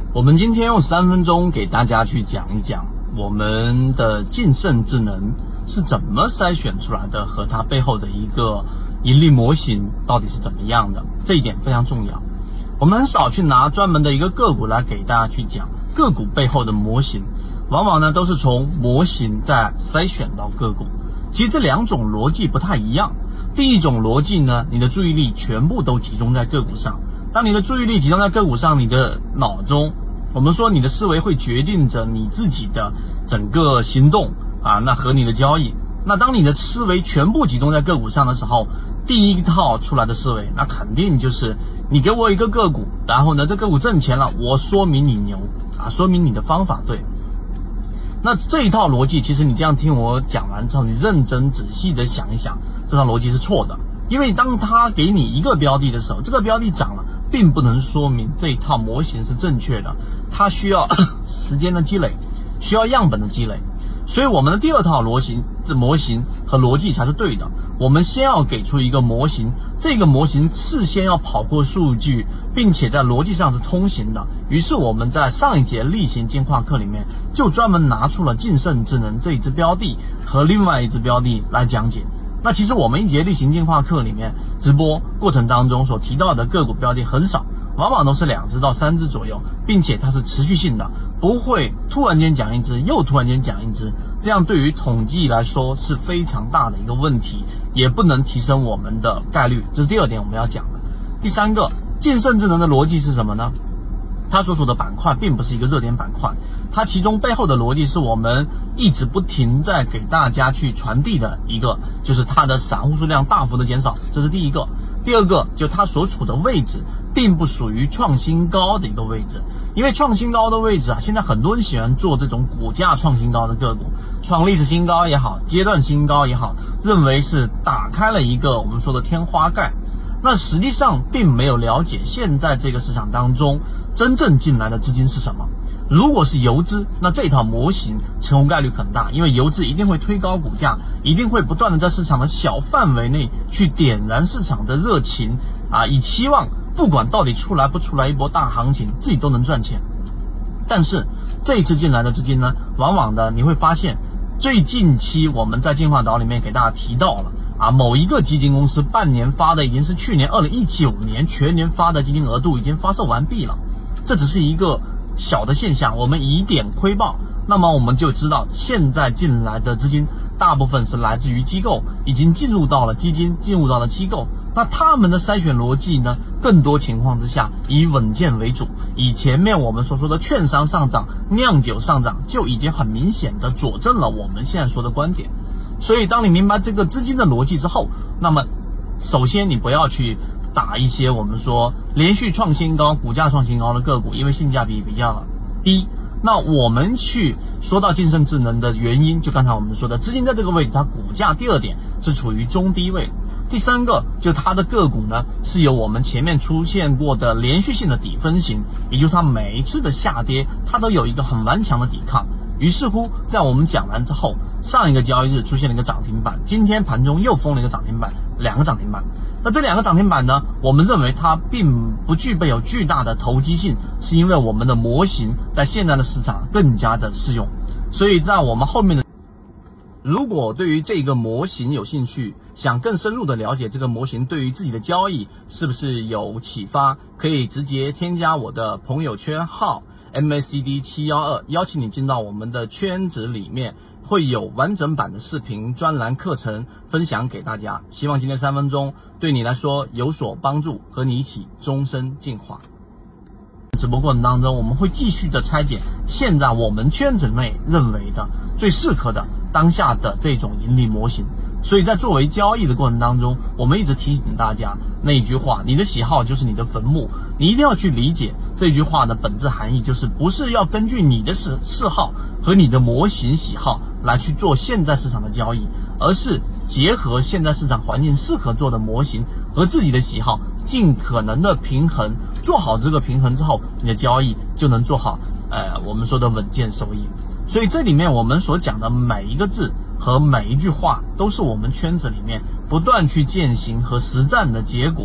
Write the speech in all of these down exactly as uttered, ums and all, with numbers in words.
我们今天用三分钟给大家去讲一讲我们的晋盛智能是怎么筛选出来的，和它背后的一个盈利模型到底是怎么样的，这一点非常重要。我们很少去拿专门的一个个股来给大家去讲个股背后的模型，往往呢都是从模型再筛选到个股。其实这两种逻辑不太一样。第一种逻辑呢，你的注意力全部都集中在个股上。当你的注意力集中在个股上，你的脑中，我们说你的思维会决定着你自己的整个行动啊，那和你的交易。那当你的思维全部集中在个股上的时候，第一套出来的思维，那肯定就是你给我一个个股，然后呢，这个股挣钱了，我说明你牛啊，说明你的方法对。那这一套逻辑，其实你这样听我讲完之后，你认真仔细的想一想，这套逻辑是错的。因为当他给你一个标的的时候，这个标的涨了，并不能说明这一套模型是正确的，它需要时间的积累，需要样本的积累。所以我们的第二套逻辑，这模型和逻辑才是对的。我们先要给出一个模型，这个模型事先要跑过数据，并且在逻辑上是通行的。于是我们在上一节例行进化课里面，就专门拿出了晋盛智能这一只标的和另外一只标的来讲解。那其实我们一节例行进化课里面直播过程当中所提到的个股标的很少，往往都是两只到三只左右，并且它是持续性的，不会突然间讲一只又突然间讲一只，这样对于统计来说是非常大的一个问题，也不能提升我们的概率。这是第二点我们要讲的。第三个，晋盛智能的逻辑是什么呢？它所属的板块并不是一个热点板块，它其中背后的逻辑是我们一直不停在给大家去传递的一个，就是它的散户数量大幅的减少，这是第一个。第二个，就它所处的位置并不属于创新高的一个位置，因为创新高的位置啊，现在很多人喜欢做这种股价创新高的个股，创历史新高也好，阶段新高也好，认为是打开了一个我们说的天花盖。那实际上并没有了解现在这个市场当中真正进来的资金是什么。如果是游资，那这套模型成功概率很大，因为游资一定会推高股价，一定会不断的在市场的小范围内去点燃市场的热情啊，以期望不管到底出来不出来一波大行情，自己都能赚钱。但是这一次进来的资金呢，往往的你会发现，最近期我们在进化岛里面给大家提到了啊，某一个基金公司半年发的已经是去年二零一九年全年发的基金额度已经发售完毕了，这只是一个小的现象，我们以点窥豹，那么我们就知道现在进来的资金大部分是来自于机构，已经进入到了基金，进入到了机构。那他们的筛选逻辑呢，更多情况之下以稳健为主，以前面我们所说的券商上涨、酿酒上涨就已经很明显的佐证了我们现在说的观点。所以当你明白这个资金的逻辑之后，那么首先你不要去打一些我们说连续创新高、股价创新高的个股，因为性价比比较低。那我们去说到晋盛智能的原因，就刚才我们说的，资金在这个位置，它股价第二点是处于中低位。第三个，就它的个股呢，是有我们前面出现过的连续性的底分型，也就是它每一次的下跌，它都有一个很顽强的抵抗。于是乎，在我们讲完之后，上一个交易日出现了一个涨停板，今天盘中又封了一个涨停板，两个涨停板。那这两个涨停板呢，我们认为它并不具备有巨大的投机性，是因为我们的模型在现在的市场更加的适用。所以在我们后面的，如果对于这个模型有兴趣，想更深入的了解这个模型对于自己的交易是不是有启发，可以直接添加我的朋友圈号 M A C D 七一二， 邀请你进到我们的圈子里面，会有完整版的视频专栏课程分享给大家。希望今天三分钟对你来说有所帮助，和你一起终身进化。直播过程当中，我们会继续的拆解现在我们圈子内认为的最适合的当下的这种盈利模型。所以在作为交易的过程当中，我们一直提醒大家那一句话，你的喜好就是你的坟墓。你一定要去理解这句话的本质含义，就是不是要根据你的嗜嗜好和你的模型喜好来去做现在市场的交易，而是结合现在市场环境适合做的模型和自己的喜好，尽可能的平衡。做好这个平衡之后，你的交易就能做好呃我们说的稳健收益。所以这里面我们所讲的每一个字和每一句话，都是我们圈子里面不断去践行和实战的结果。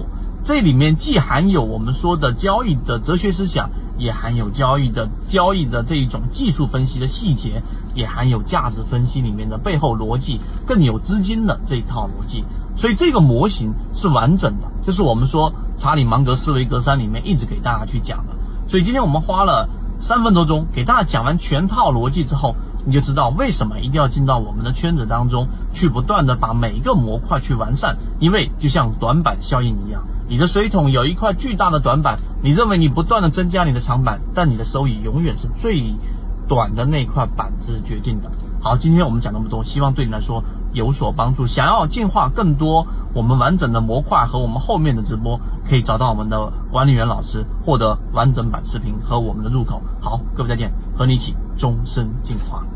这里面既含有我们说的交易的哲学思想，也含有交易的交易的这一种技术分析的细节，也含有价值分析里面的背后逻辑，更有资金的这一套逻辑。所以这个模型是完整的，就是我们说查理芒格思维格栅里面一直给大家去讲的。所以今天我们花了三分多钟给大家讲完全套逻辑之后，你就知道为什么一定要进到我们的圈子当中去，不断的把每一个模块去完善。因为就像短板效应一样，你的水桶有一块巨大的短板，你认为你不断的增加你的长板，但你的收益永远是最短的那块板子决定的。好，今天我们讲那么多，希望对你来说有所帮助。想要进化更多我们完整的模块和我们后面的直播，可以找到我们的管理员老师，获得完整版视频和我们的入口。好，各位再见，和你一起终身进化。